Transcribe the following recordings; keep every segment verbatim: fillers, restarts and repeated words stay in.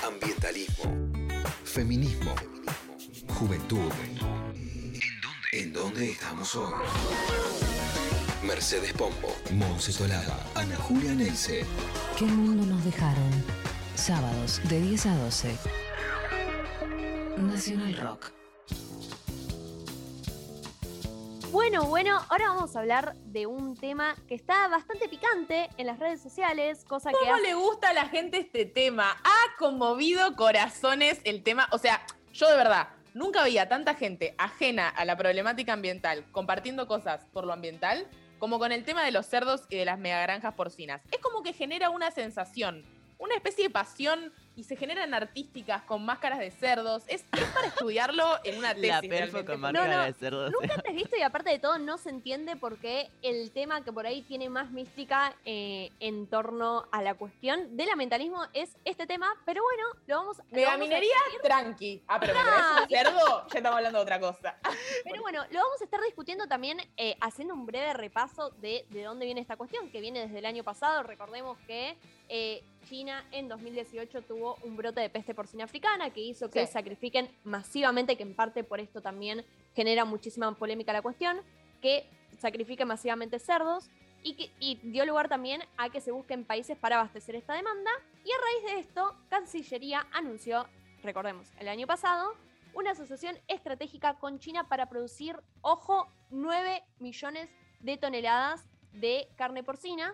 Ambientalismo. Feminismo. Juventud. ¿En dónde? ¿En dónde estamos hoy? Mercedes Pombo, Monse Tolada, Ana Julia Neise. ¿Qué mundo nos dejaron? Sábados de diez a doce. Nacional Rock. Bueno, bueno, ahora vamos a hablar de un tema que está bastante picante en las redes sociales, cosa ¿Cómo que hace... le gusta a la gente este tema? Ha conmovido corazones el tema. O sea, yo de verdad nunca veía tanta gente ajena a la problemática ambiental compartiendo cosas por lo ambiental como con el tema de los cerdos y de las megagranjas porcinas. Es como que genera una sensación, una especie de pasión, y se generan artísticas con máscaras de cerdos. Es, es para estudiarlo en una tesis. La perfo realmente. con No, máscara no, de cerdo. nunca te has visto y aparte de todo no se entiende por qué el tema que por ahí tiene más mística eh, en torno a la cuestión del ambientalismo es este tema, pero bueno, lo vamos, lo vamos a Megaminería, discutir. tranqui. Ah, pero me traes un cerdo, ya estamos hablando de otra cosa. Pero bueno, lo vamos a estar discutiendo también eh, haciendo un breve repaso de, de dónde viene esta cuestión, que viene desde el año pasado. Recordemos que eh, China en dos mil dieciocho tuvo un brote de peste porcina africana que hizo que Sí. sacrifiquen masivamente, que en parte por esto también genera muchísima polémica la cuestión, que sacrifiquen masivamente cerdos y, que, y dio lugar también a que se busquen países para abastecer esta demanda. Y a raíz de esto, Cancillería anunció, recordemos, el año pasado, una asociación estratégica con China para producir, ojo, nueve millones de toneladas de carne porcina.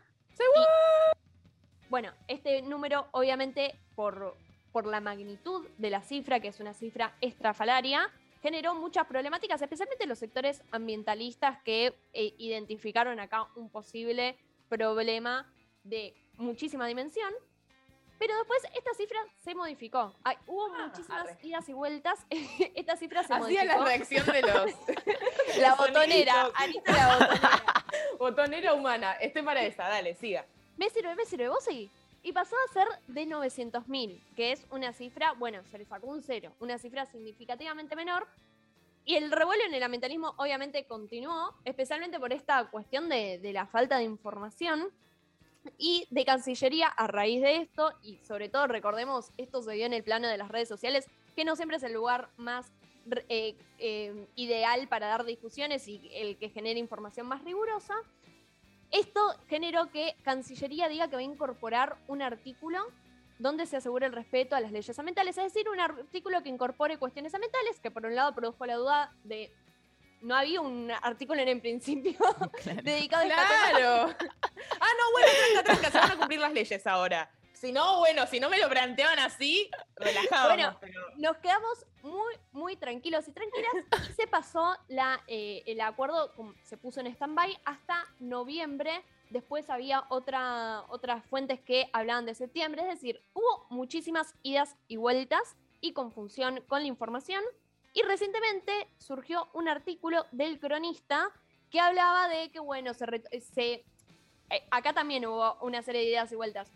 Y, bueno, este número, obviamente, por, por la magnitud de la cifra, que es una cifra estrafalaria, generó muchas problemáticas, especialmente en los sectores ambientalistas que eh, identificaron acá un posible problema de muchísima dimensión. Pero después esta cifra se modificó. Ay, hubo Ah, muchísimas arre. idas y vueltas. Esta cifra se Hacía modificó. la reacción de los... La los botonera. soniditos. Anita la botonera. Botonera humana. Estoy para esa, dale, siga. Me sirve, me sirve, vos seguí. Y pasó a ser de novecientos mil, que es una cifra, bueno, se le sacó un cero, una cifra significativamente menor. Y el revuelo en el ambientalismo obviamente continuó, especialmente por esta cuestión de, de la falta de información y de Cancillería a raíz de esto. Y sobre todo, recordemos, esto se dio en el plano de las redes sociales, que no siempre es el lugar más eh, eh, ideal para dar discusiones y el que genere información más rigurosa. Esto generó que Cancillería diga que va a incorporar un artículo donde se asegure el respeto a las leyes ambientales, es decir, un artículo que incorpore cuestiones ambientales, que por un lado produjo la duda de no había un artículo en el principio Claro. dedicado a esta cosa. ¡Claro! Ah, no, bueno, tranca, tranca, se van a cumplir las leyes ahora. Si no, bueno, si no me lo planteaban así, relajábamos. Bueno, pero... nos quedamos muy, muy tranquilos y tranquilas y se pasó la, eh, el acuerdo, como se puso en stand-by hasta noviembre. Después había otra, otras fuentes que hablaban de septiembre, es decir, hubo muchísimas idas y vueltas y confusión con la información. Y recientemente surgió un artículo del Cronista que hablaba de que, bueno, se, se eh, acá también hubo una serie de idas y vueltas.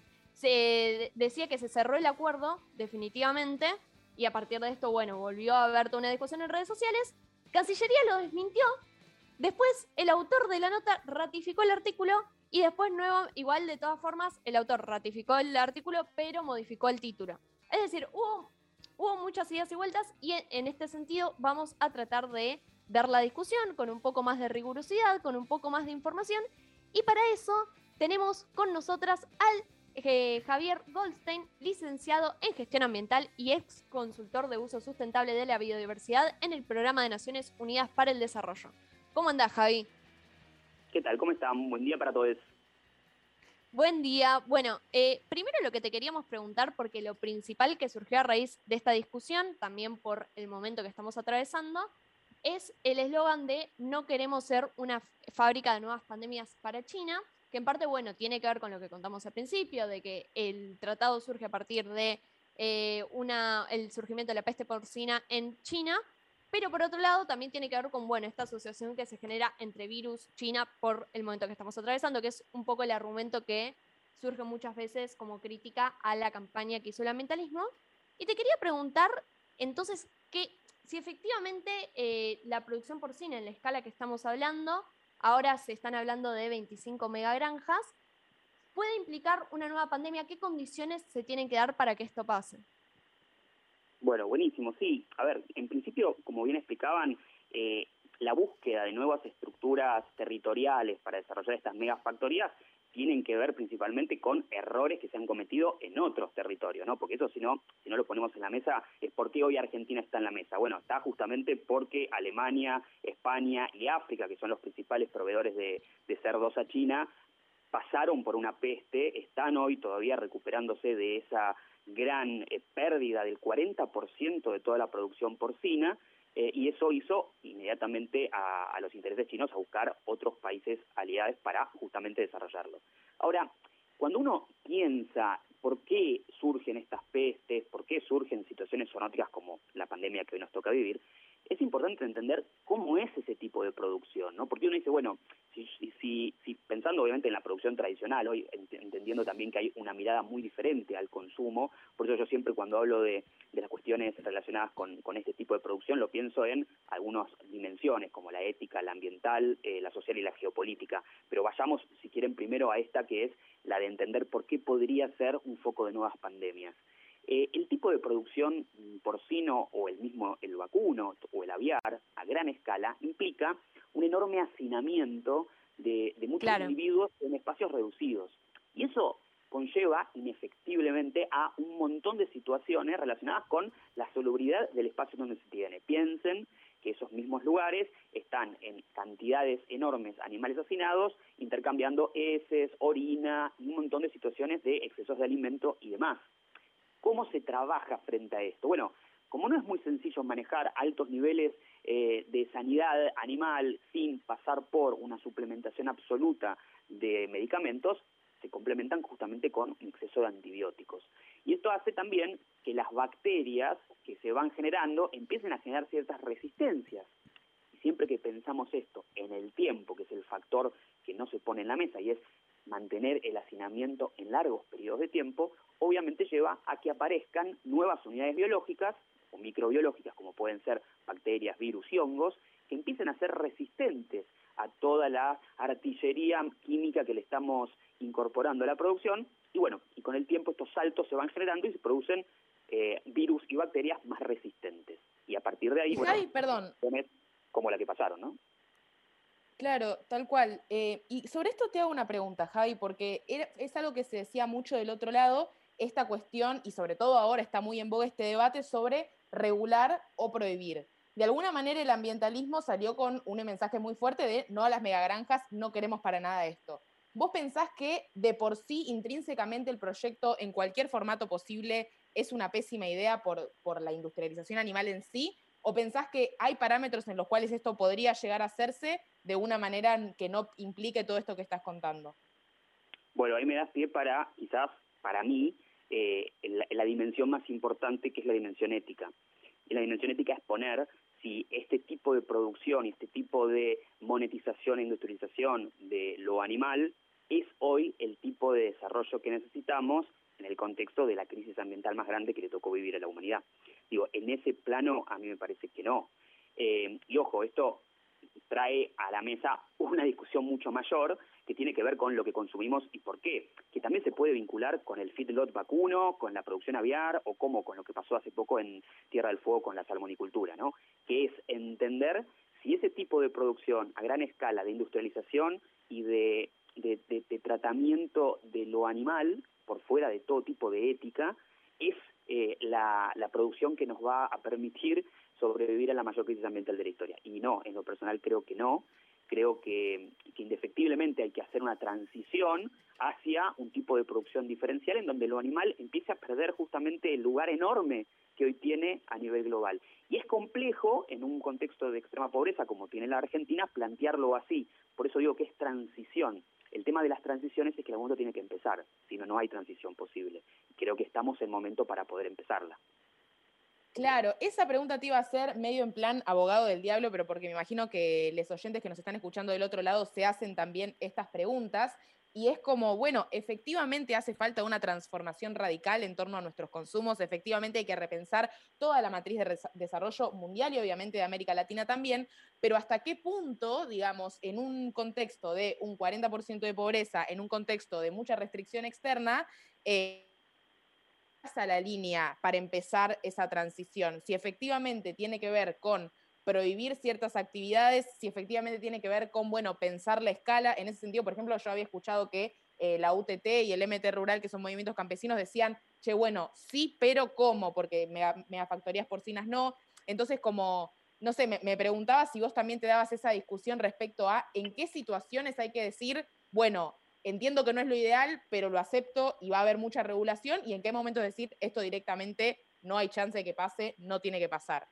Se decía que se cerró el acuerdo definitivamente y a partir de esto, bueno, volvió a haber toda una discusión en redes sociales. Cancillería lo desmintió. Después el autor de la nota ratificó el artículo y después, nuevo, igual de todas formas, el autor ratificó el artículo pero modificó el título. Es decir, hubo, hubo muchas idas y vueltas y en, en este sentido vamos a tratar de dar la discusión con un poco más de rigurosidad, con un poco más de información. Y para eso tenemos con nosotras al Eh, Javier Goldstein, licenciado en Gestión Ambiental y ex consultor de uso sustentable de la biodiversidad en el Programa de Naciones Unidas para el Desarrollo. ¿Cómo andás, Javi? ¿Qué tal? ¿Cómo están? Buen día para todos. Buen día. Bueno, eh, primero lo que te queríamos preguntar, porque lo principal que surgió a raíz de esta discusión, también por el momento que estamos atravesando, es el eslogan de no queremos ser una fábrica de nuevas pandemias para China, que en parte, bueno, tiene que ver con lo que contamos al principio, de que el tratado surge a partir de eh, una, el surgimiento de la peste porcina en China, pero por otro lado también tiene que ver con, bueno, esta asociación que se genera entre virus, China, por el momento que estamos atravesando, que es un poco el argumento que surge muchas veces como crítica a la campaña que hizo el ambientalismo. Y te quería preguntar, entonces, que si efectivamente eh, la producción porcina en la escala que estamos hablando, ahora se están hablando de veinticinco megagranjas, puede implicar una nueva pandemia. ¿Qué condiciones se tienen que dar para que esto pase? Bueno, buenísimo, sí. A ver, en principio, como bien explicaban, eh, la búsqueda de nuevas estructuras territoriales para desarrollar estas megafactorías tienen que ver principalmente con errores que se han cometido en otros territorios, ¿no? Porque eso, si no, si no lo ponemos en la mesa, es por qué hoy Argentina está en la mesa. Bueno, está justamente porque Alemania, España y África, que son los principales proveedores de, de cerdos a China, pasaron por una peste, están hoy todavía recuperándose de esa gran eh, pérdida del cuarenta por ciento de toda la producción porcina, eh, y eso hizo inmediatamente a, a los intereses chinos a buscar otros países aliados para justamente desarrollarlo. Ahora, cuando uno piensa por qué surgen estas pestes, por qué surgen situaciones zoonóticas como la pandemia que hoy nos toca vivir, es importante entender cómo es ese tipo de producción, ¿no? Porque uno dice, bueno, si, si, si pensando obviamente en la producción tradicional, hoy ent entendiendo también que hay una mirada muy diferente al consumo, por eso yo siempre cuando hablo de, de las cuestiones relacionadas con, con este tipo de producción lo pienso en algunas dimensiones como la ética, la ambiental, eh, la social y la geopolítica, pero vayamos si quieren primero a esta que es la de entender por qué podría ser un foco de nuevas pandemias. Eh, el tipo de producción porcino o el mismo el vacuno o el aviar a gran escala implica un enorme hacinamiento de, de muchos Claro. individuos en espacios reducidos. Y eso conlleva inefectiblemente a un montón de situaciones relacionadas con la salubridad del espacio donde se tiene. Piensen que esos mismos lugares están en cantidades enormes animales hacinados, intercambiando heces, orina y un montón de situaciones de excesos de alimento y demás. ¿Cómo se trabaja frente a esto? Bueno, como no es muy sencillo manejar altos niveles eh, de sanidad animal sin pasar por una suplementación absoluta de medicamentos, se complementan justamente con un exceso de antibióticos. Y esto hace también que las bacterias que se van generando empiecen a generar ciertas resistencias. Y siempre que pensamos esto en el tiempo, que es el factor que no se pone en la mesa, y es mantener el hacinamiento en largos periodos de tiempo, obviamente lleva a que aparezcan nuevas unidades biológicas o microbiológicas, como pueden ser bacterias, virus y hongos, que empiecen a ser resistentes a toda la artillería química que le estamos incorporando a la producción, y bueno, y con el tiempo estos saltos se van generando y se producen eh, virus y bacterias más resistentes. Y a partir de ahí, bueno, Ay, perdón. como la que pasaron, ¿no? Claro, tal cual. Eh, y sobre esto te hago una pregunta, Javi, porque era, es algo que se decía mucho del otro lado, esta cuestión, y sobre todo ahora está muy en boga este debate sobre regular o prohibir. De alguna manera el ambientalismo salió con un mensaje muy fuerte de no a las megagranjas, no queremos para nada esto. ¿Vos pensás que de por sí, intrínsecamente, el proyecto en cualquier formato posible es una pésima idea por, por la industrialización animal en sí? ¿O pensás que hay parámetros en los cuales esto podría llegar a hacerse de una manera que no implique todo esto que estás contando? Bueno, ahí me das pie para, quizás, para mí, eh, la, la dimensión más importante, que es la dimensión ética. Y la dimensión ética es poner si este tipo de producción y este tipo de monetización e industrialización de lo animal es hoy el tipo de desarrollo que necesitamos en el contexto de la crisis ambiental más grande que le tocó vivir a la humanidad. Digo, en ese plano a mí me parece que no. Eh, y ojo, esto trae a la mesa una discusión mucho mayor que tiene que ver con lo que consumimos y por qué, que también se puede vincular con el feedlot vacuno, con la producción aviar o como con lo que pasó hace poco en Tierra del Fuego con la salmonicultura, ¿no? Que es entender si ese tipo de producción a gran escala de industrialización y de, de, de, de tratamiento de lo animal por fuera de todo tipo de ética es eh, la, la producción que nos va a permitir sobrevivir a la mayor crisis ambiental de la historia. Y no, en lo personal creo que no. Creo que, que indefectiblemente hay que hacer una transición hacia un tipo de producción diferencial en donde lo animal empiece a perder justamente el lugar enorme que hoy tiene a nivel global. Y es complejo, en un contexto de extrema pobreza como tiene la Argentina, plantearlo así. Por eso digo que es transición. El tema de las transiciones es que el mundo tiene que empezar, si no, no hay transición posible. Creo que estamos en momento para poder empezarla. Claro, esa pregunta te iba a hacer medio en plan abogado del diablo, pero porque me imagino que los oyentes que nos están escuchando del otro lado se hacen también estas preguntas, y es como, bueno, efectivamente hace falta una transformación radical en torno a nuestros consumos, efectivamente hay que repensar toda la matriz de desarrollo mundial y obviamente de América Latina también, pero hasta qué punto, digamos, en un contexto de un cuarenta por ciento de pobreza, en un contexto de mucha restricción externa, eh, traza la línea para empezar esa transición? Si efectivamente tiene que ver con prohibir ciertas actividades, si efectivamente tiene que ver con, bueno, pensar la escala. En ese sentido, por ejemplo, yo había escuchado que eh, la U T T y el M T Rural, que son movimientos campesinos, decían, che, bueno, sí, pero ¿cómo? Porque mega, megafactorías porcinas no. Entonces, como, no sé, me, me preguntaba si vos también te dabas esa discusión respecto a en qué situaciones hay que decir, bueno, entiendo que no es lo ideal, pero lo acepto y va a haber mucha regulación, y en qué momento decir esto directamente no hay chance de que pase, no tiene que pasar.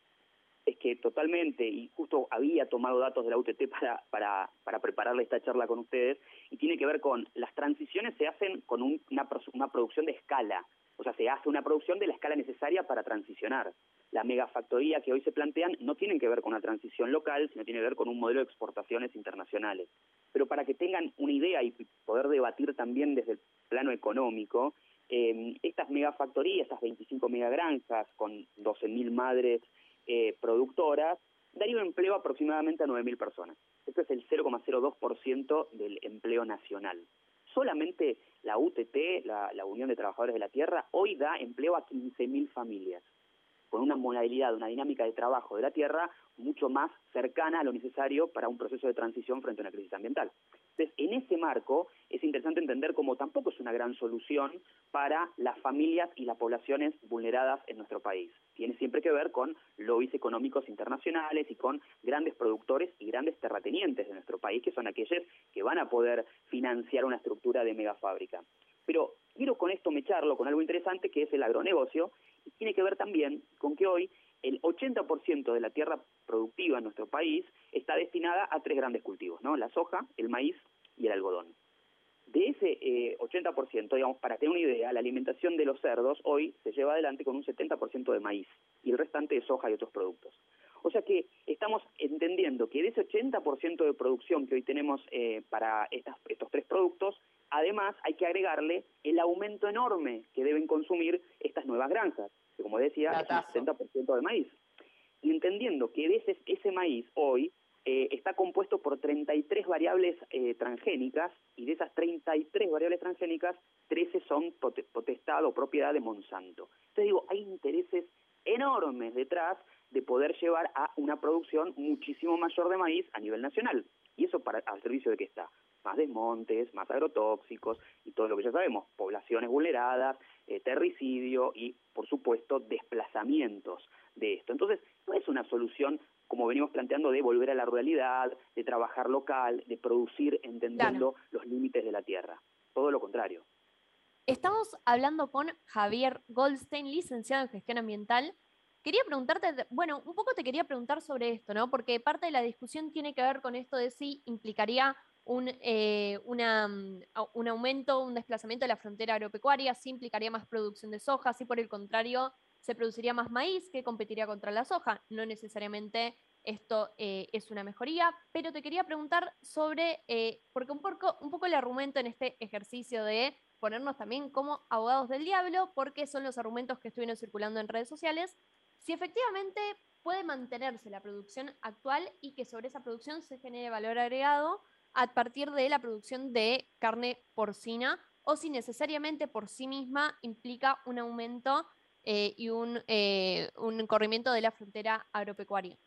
Es que totalmente, y justo había tomado datos de la U T T para, para, para prepararle esta charla con ustedes, y tiene que ver con, las transiciones se hacen con un, una, una producción de escala, o sea, se hace una producción de la escala necesaria para transicionar. La megafactoría que hoy se plantean no tienen que ver con una transición local, sino tiene que ver con un modelo de exportaciones internacionales. Pero para que tengan una idea y poder debatir también desde el plano económico, eh, estas megafactorías, estas veinticinco megagranjas con doce mil madres eh, productoras, darían empleo aproximadamente a nueve mil personas. Esto es el cero coma cero dos por ciento del empleo nacional. Solamente la U T T, la, la Unión de Trabajadores de la Tierra, hoy da empleo a quince mil familias, con una modalidad, una dinámica de trabajo de la tierra mucho más cercana a lo necesario para un proceso de transición frente a una crisis ambiental. Entonces, en ese marco, es interesante entender cómo tampoco es una gran solución para las familias y las poblaciones vulneradas en nuestro país. Tiene siempre que ver con lobbies económicos internacionales y con grandes productores y grandes terratenientes de nuestro país, que son aquellos que van a poder financiar una estructura de megafábrica. Pero quiero con esto mecharlo con algo interesante, que es el agronegocio, y tiene que ver también con que hoy el ochenta por ciento de la tierra productiva en nuestro país está destinada a tres grandes cultivos, ¿no? La soja, el maíz y el algodón. De ese eh, ochenta por ciento, digamos, para tener una idea, la alimentación de los cerdos hoy se lleva adelante con un setenta por ciento de maíz y el restante de soja y otros productos. O sea que estamos entendiendo que de ese ochenta por ciento de producción que hoy tenemos eh, para estas, estos tres productos, además hay que agregarle el aumento enorme que deben consumir estas nuevas granjas, que como decía, es un setenta por ciento de maíz. Y entendiendo que de ese, ese maíz hoy eh, está compuesto por treinta y tres variables eh, transgénicas, y de esas treinta y tres variables transgénicas, trece son potestad o propiedad de Monsanto. Entonces digo, hay intereses enormes detrás de poder llevar a una producción muchísimo mayor de maíz a nivel nacional. ¿Y eso para al servicio de qué está? Más desmontes, más agrotóxicos y todo lo que ya sabemos, poblaciones vulneradas, eh, terricidio y, por supuesto, desplazamientos de esto. Entonces, no es una solución, como venimos planteando, de volver a la ruralidad, de trabajar local, de producir entendiendo claro. los límites de la tierra. Todo lo contrario. Estamos hablando con Javier Goldstein, licenciado en Gestión Ambiental. Quería preguntarte, bueno, un poco te quería preguntar sobre esto, ¿no? Porque parte de la discusión tiene que ver con esto de si implicaría un, eh, una, un aumento, un desplazamiento de la frontera agropecuaria, si implicaría más producción de soja, si por el contrario se produciría más maíz que competiría contra la soja. No necesariamente esto eh, es una mejoría, pero te quería preguntar sobre, eh, porque un poco, un poco el argumento en este ejercicio de ponernos también como abogados del diablo, porque son los argumentos que estuvieron circulando en redes sociales, si efectivamente puede mantenerse la producción actual y que sobre esa producción se genere valor agregado a partir de la producción de carne porcina, o si necesariamente por sí misma implica un aumento eh, y un, eh, un corrimiento de la frontera agropecuaria.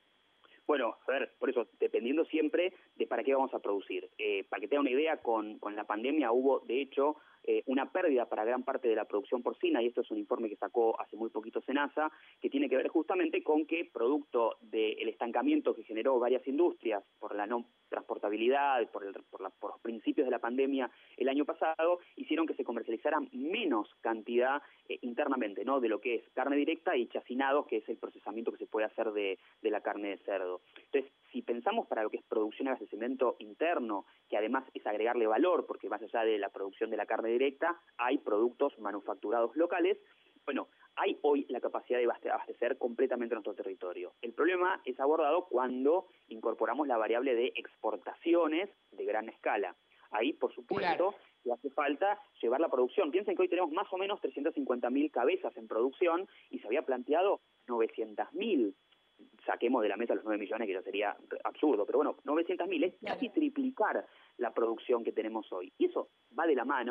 Bueno, a ver, por eso, dependiendo siempre de para qué vamos a producir. Eh, para que tengan una idea, con, con la pandemia hubo, de hecho, eh, una pérdida para gran parte de la producción porcina, y esto es un informe que sacó hace muy poquito SENASA, que tiene que ver justamente con que, producto del estancamiento que generó varias industrias por la no transportabilidad, por, el, por, la, por los principios de la pandemia el año pasado, hicieron que se comercializara menos cantidad eh, internamente, ¿no? De lo que es carne directa y chacinados, que es el procesamiento que se puede hacer de, de la carne de cerdo. Entonces, si pensamos para lo que es producción de abastecimiento interno, que además es agregarle valor, porque más allá de la producción de la carne directa, hay productos manufacturados locales, bueno, hay hoy la capacidad de abastecer completamente nuestro territorio. El problema es abordado cuando incorporamos la variable de exportaciones de gran escala. Ahí, por supuesto, le hace falta llevar la producción. Piensen que hoy tenemos más o menos trescientas cincuenta mil cabezas en producción y se había planteado novecientas mil. Saquemos de la mesa los nueve millones, que ya sería absurdo, pero bueno, novecientas mil es casi triplicar la producción que tenemos hoy. Y eso va de la mano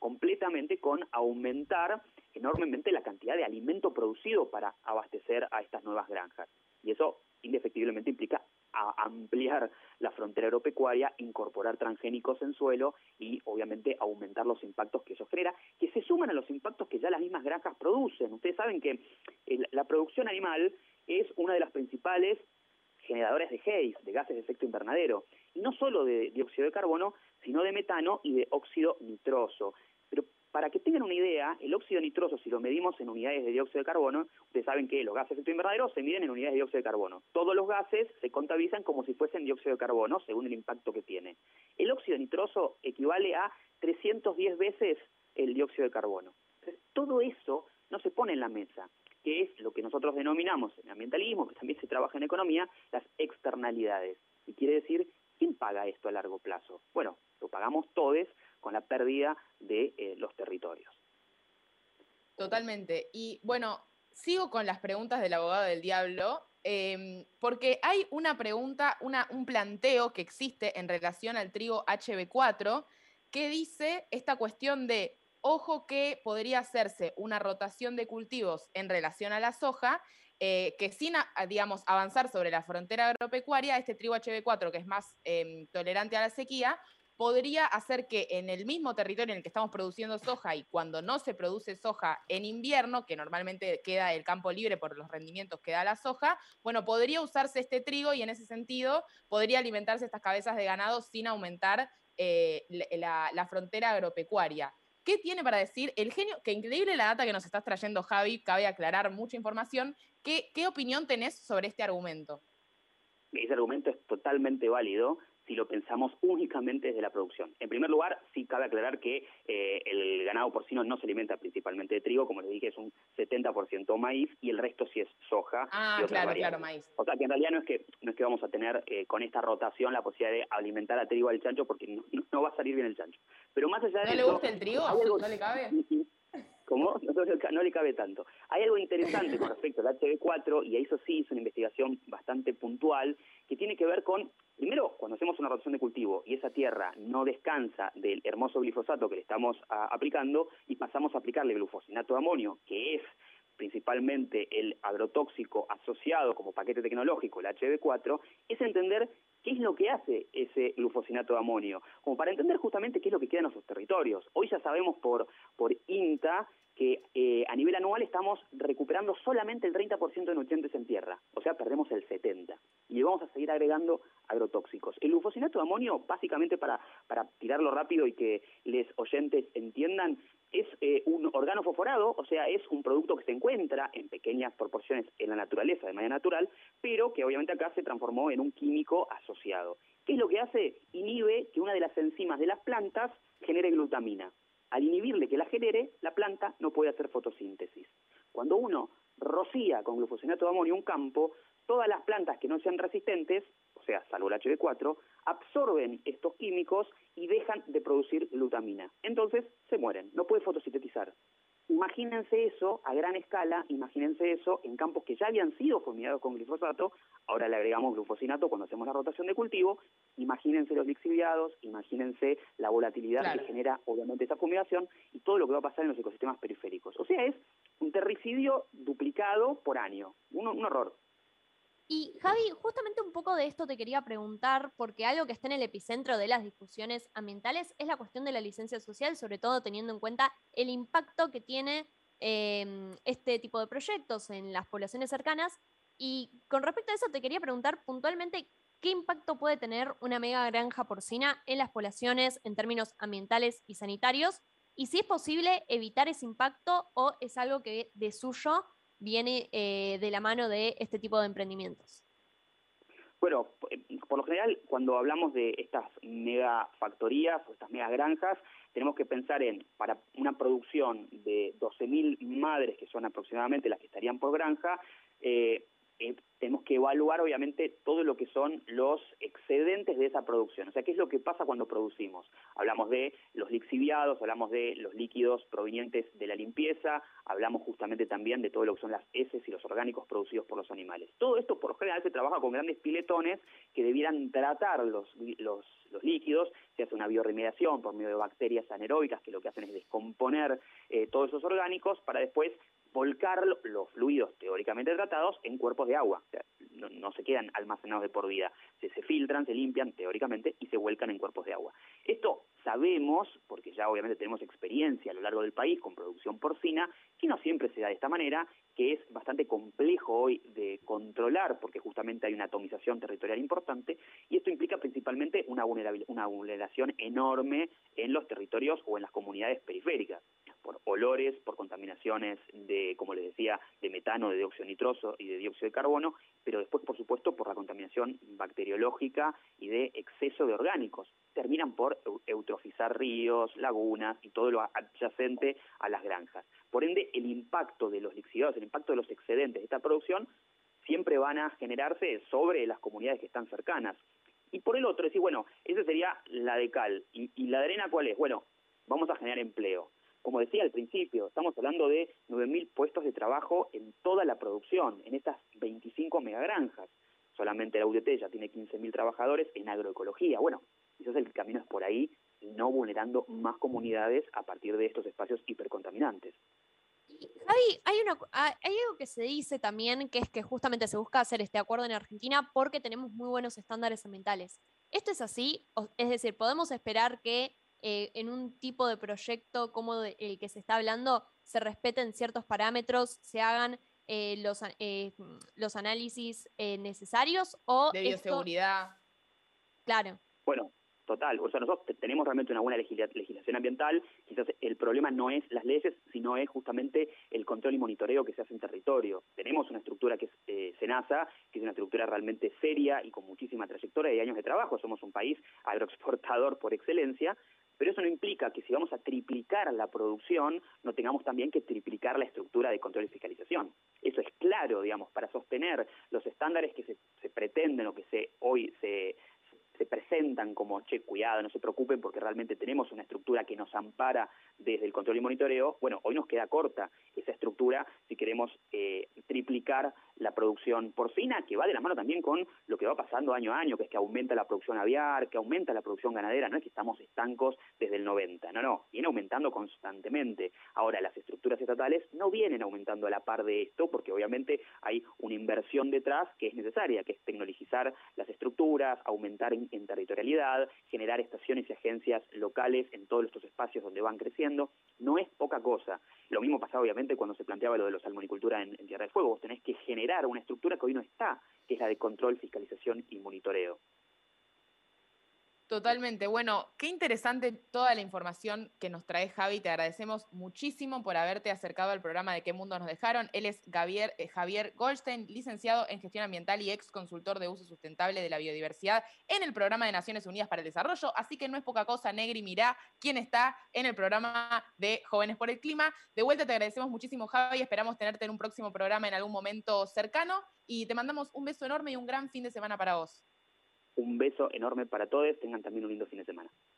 completamente con aumentar enormemente la cantidad de alimento producido para abastecer a estas nuevas granjas. Y eso indefectiblemente implica a ampliar la frontera agropecuaria, incorporar transgénicos en suelo y obviamente aumentar los impactos que eso genera, que se suman a los impactos que ya las mismas granjas producen. Ustedes saben que el, la producción animal es una de las principales generadores de G E I S, de gases de efecto invernadero, y no solo de dióxido de carbono, sino de metano y de óxido nitroso. Pero para que tengan una idea, el óxido nitroso, si lo medimos en unidades de dióxido de carbono, ustedes saben que los gases de efecto invernadero se miden en unidades de dióxido de carbono. Todos los gases se contabilizan como si fuesen dióxido de carbono, según el impacto que tiene. El óxido nitroso equivale a trescientas diez veces el dióxido de carbono. Entonces, todo eso no se pone en la mesa, que es lo que nosotros denominamos en ambientalismo, que también se trabaja en economía, las externalidades. Y quiere decir, ¿quién paga esto a largo plazo? Bueno, lo pagamos todos con la pérdida de eh, los territorios. Totalmente. Y bueno, sigo con las preguntas del abogado del diablo, eh, porque hay una pregunta, una, un planteo que existe en relación al trigo H B cuatro, que dice esta cuestión de, ojo que podría hacerse una rotación de cultivos en relación a la soja, eh, que sin, digamos, avanzar sobre la frontera agropecuaria, este trigo H B cuatro, que es más eh, tolerante a la sequía, podría hacer que en el mismo territorio en el que estamos produciendo soja y cuando no se produce soja en invierno, que normalmente queda el campo libre por los rendimientos que da la soja, bueno, podría usarse este trigo y en ese sentido podría alimentarse estas cabezas de ganado sin aumentar eh, la, la frontera agropecuaria. ¿Qué tiene para decir el genio? Qué increíble la data que nos estás trayendo, Javi, cabe aclarar mucha información. ¿Qué, qué opinión tenés sobre este argumento? Ese argumento es totalmente válido si lo pensamos únicamente desde la producción. En primer lugar, sí cabe aclarar que eh, el ganado porcino no se alimenta principalmente de trigo, como les dije, es un setenta por ciento maíz y el resto sí es soja. Ah, y otras claro, variables. claro, maíz. O sea, que en realidad no es que no es que vamos a tener eh, con esta rotación la posibilidad de alimentar a trigo al chancho, porque no, no, no va a salir bien el chancho. Pero más allá de ¿No eso... le gusta el trigo? Algo, ¿No le cabe? ¿Cómo? No, no le cabe tanto. Hay algo interesante con respecto al H B cuatro, y eso sí es una investigación bastante puntual, que tiene que ver con, primero, cuando hacemos una rotación de cultivo y esa tierra no descansa del hermoso glifosato que le estamos a, aplicando y pasamos a aplicarle glufosinato de amonio, que es principalmente el agrotóxico asociado como paquete tecnológico, el H B cuatro, es entender qué es lo que hace ese glufosinato de amonio, como para entender justamente qué es lo que queda en nuestros territorios. Hoy ya sabemos por, por INTA que eh, a nivel anual estamos recuperando solamente el treinta por ciento de nutrientes en tierra, o sea, perdemos el setenta por ciento, y vamos a seguir agregando agrotóxicos. El glufosinato de amonio, básicamente para, para tirarlo rápido y que les oyentes entiendan, es eh, un organo fosforado, o sea, es un producto que se encuentra en pequeñas proporciones en la naturaleza de manera natural, pero que obviamente acá se transformó en un químico asociado. ¿Qué es lo que hace? Inhibe que una de las enzimas de las plantas genere glutamina. Al inhibirle que la genere, la planta no puede hacer fotosíntesis. Cuando uno rocía con glufosinato de amonio un campo, todas las plantas que no sean resistentes, o sea, salvo el H B cuatro, absorben estos químicos y dejan de producir glutamina. Entonces se mueren, no puede fotosintetizar. Imagínense eso a gran escala, imagínense eso en campos que ya habían sido fumigados con glifosato, ahora le agregamos glufosinato cuando hacemos la rotación de cultivo, imagínense los lixiviados, imagínense la volatilidad claro. que genera obviamente esa fumigación y todo lo que va a pasar en los ecosistemas periféricos. O sea, es un terricidio duplicado por año, un, un horror. Y Javi, justamente un poco de esto te quería preguntar, porque algo que está en el epicentro de las discusiones ambientales es la cuestión de la licencia social, sobre todo teniendo en cuenta el impacto que tiene eh, este tipo de proyectos en las poblaciones cercanas. Y con respecto a eso te quería preguntar puntualmente qué impacto puede tener una mega granja porcina en las poblaciones en términos ambientales y sanitarios, y si es posible evitar ese impacto o es algo que de suyo viene eh, de la mano de este tipo de emprendimientos. Bueno, por lo general, cuando hablamos de estas mega factorías o estas mega granjas, tenemos que pensar en, para una producción de doce mil madres, que son aproximadamente las que estarían por granja, eh, eh, tenemos que evaluar obviamente todo lo que son los excedentes de esa producción. O sea, ¿qué es lo que pasa cuando producimos? Hablamos de los lixiviados, hablamos de los líquidos provenientes de la limpieza, hablamos justamente también de todo lo que son las heces y los orgánicos producidos por los animales. Todo esto por lo general se trabaja con grandes piletones que debieran tratar los, los, los líquidos, se hace una bioremediación por medio de bacterias anaeróbicas que lo que hacen es descomponer eh, todos esos orgánicos para después volcar los fluidos teóricamente tratados en cuerpos de agua. O sea, no, no se quedan almacenados de por vida, se, se filtran, se limpian teóricamente y se vuelcan en cuerpos de agua. Esto sabemos, porque ya obviamente tenemos experiencia a lo largo del país con producción porcina, que no siempre se da de esta manera, que es bastante complejo hoy de controlar, porque justamente hay una atomización territorial importante, y esto implica principalmente una, vulnerabil- una vulneración enorme en los territorios o en las comunidades periféricas, por olores, por contaminaciones de, como les decía, de metano, de dióxido nitroso y de dióxido de carbono, pero después, por supuesto, por la contaminación bacteriológica y de exceso de orgánicos. Terminan por eutrofizar ríos, lagunas y todo lo adyacente a las granjas. Por ende, el impacto de los lixiviados, el impacto de los excedentes de esta producción, siempre van a generarse sobre las comunidades que están cercanas. Y por el otro, decir, bueno, esa sería la de cal. ¿Y, y la de arena cuál es? Bueno, vamos a generar empleo. Como decía al principio, estamos hablando de nueve mil puestos de trabajo en toda la producción, en estas veinticinco megagranjas. Solamente la U D T ya tiene quince mil trabajadores en agroecología. Bueno, quizás el camino es por ahí, y no vulnerando más comunidades a partir de estos espacios hipercontaminantes. Javi, hay, una, hay algo que se dice también, que es que justamente se busca hacer este acuerdo en Argentina porque tenemos muy buenos estándares ambientales. ¿Esto es así? Es decir, ¿podemos esperar que eh, en un tipo de proyecto como de, el que se está hablando se respeten ciertos parámetros, se hagan eh, los, eh, los análisis eh, necesarios? O De esto... bioseguridad. Claro. Bueno, total, o sea, nosotros tenemos realmente una buena legisla- legislación ambiental, quizás el problema no es las leyes, sino es justamente el control y monitoreo que se hace en territorio. Tenemos una estructura que es eh, SENASA, que es una estructura realmente seria y con muchísima trayectoria y años de trabajo, somos un país agroexportador por excelencia, pero eso no implica que si vamos a triplicar la producción, no tengamos también que triplicar la estructura de control y fiscalización. Eso es claro, digamos, para sostener los estándares que se, se pretenden o que se hoy se... se presentan como, che, cuidado, no se preocupen porque realmente tenemos una estructura que nos ampara desde el control y monitoreo. Bueno, hoy nos queda corta esa estructura si queremos eh, triplicar la producción porcina, que va de la mano también con lo que va pasando año a año, que es que aumenta la producción aviar, que aumenta la producción ganadera, no es que estamos estancos desde el noventa, no, no, viene aumentando constantemente. Ahora, las estructuras estatales no vienen aumentando a la par de esto, porque obviamente hay una inversión detrás que es necesaria, que es tecnologizar las estructuras, aumentar en, en territorialidad, generar estaciones y agencias locales en todos estos espacios donde van creciendo. No es poca cosa. Lo mismo pasaba obviamente cuando se planteaba lo de los salmonicultura en, en Tierra del Fuego. Vos tenés que generar una estructura que hoy no está, que es la de control, fiscalización y monitoreo. Totalmente. Bueno, qué interesante toda la información que nos trae Javi. Te agradecemos muchísimo por haberte acercado al programa de Qué Mundo Nos Dejaron. Él es Javier, eh, Javier Goldstein, licenciado en Gestión Ambiental y ex consultor de uso sustentable de la biodiversidad en el Programa de Naciones Unidas para el Desarrollo. Así que no es poca cosa, Negri, mirá quién está en el programa de Jóvenes por el Clima. De vuelta te agradecemos muchísimo, Javi. Esperamos tenerte en un próximo programa en algún momento cercano. Y te mandamos un beso enorme y un gran fin de semana para vos. Un beso enorme para todos, tengan también un lindo fin de semana.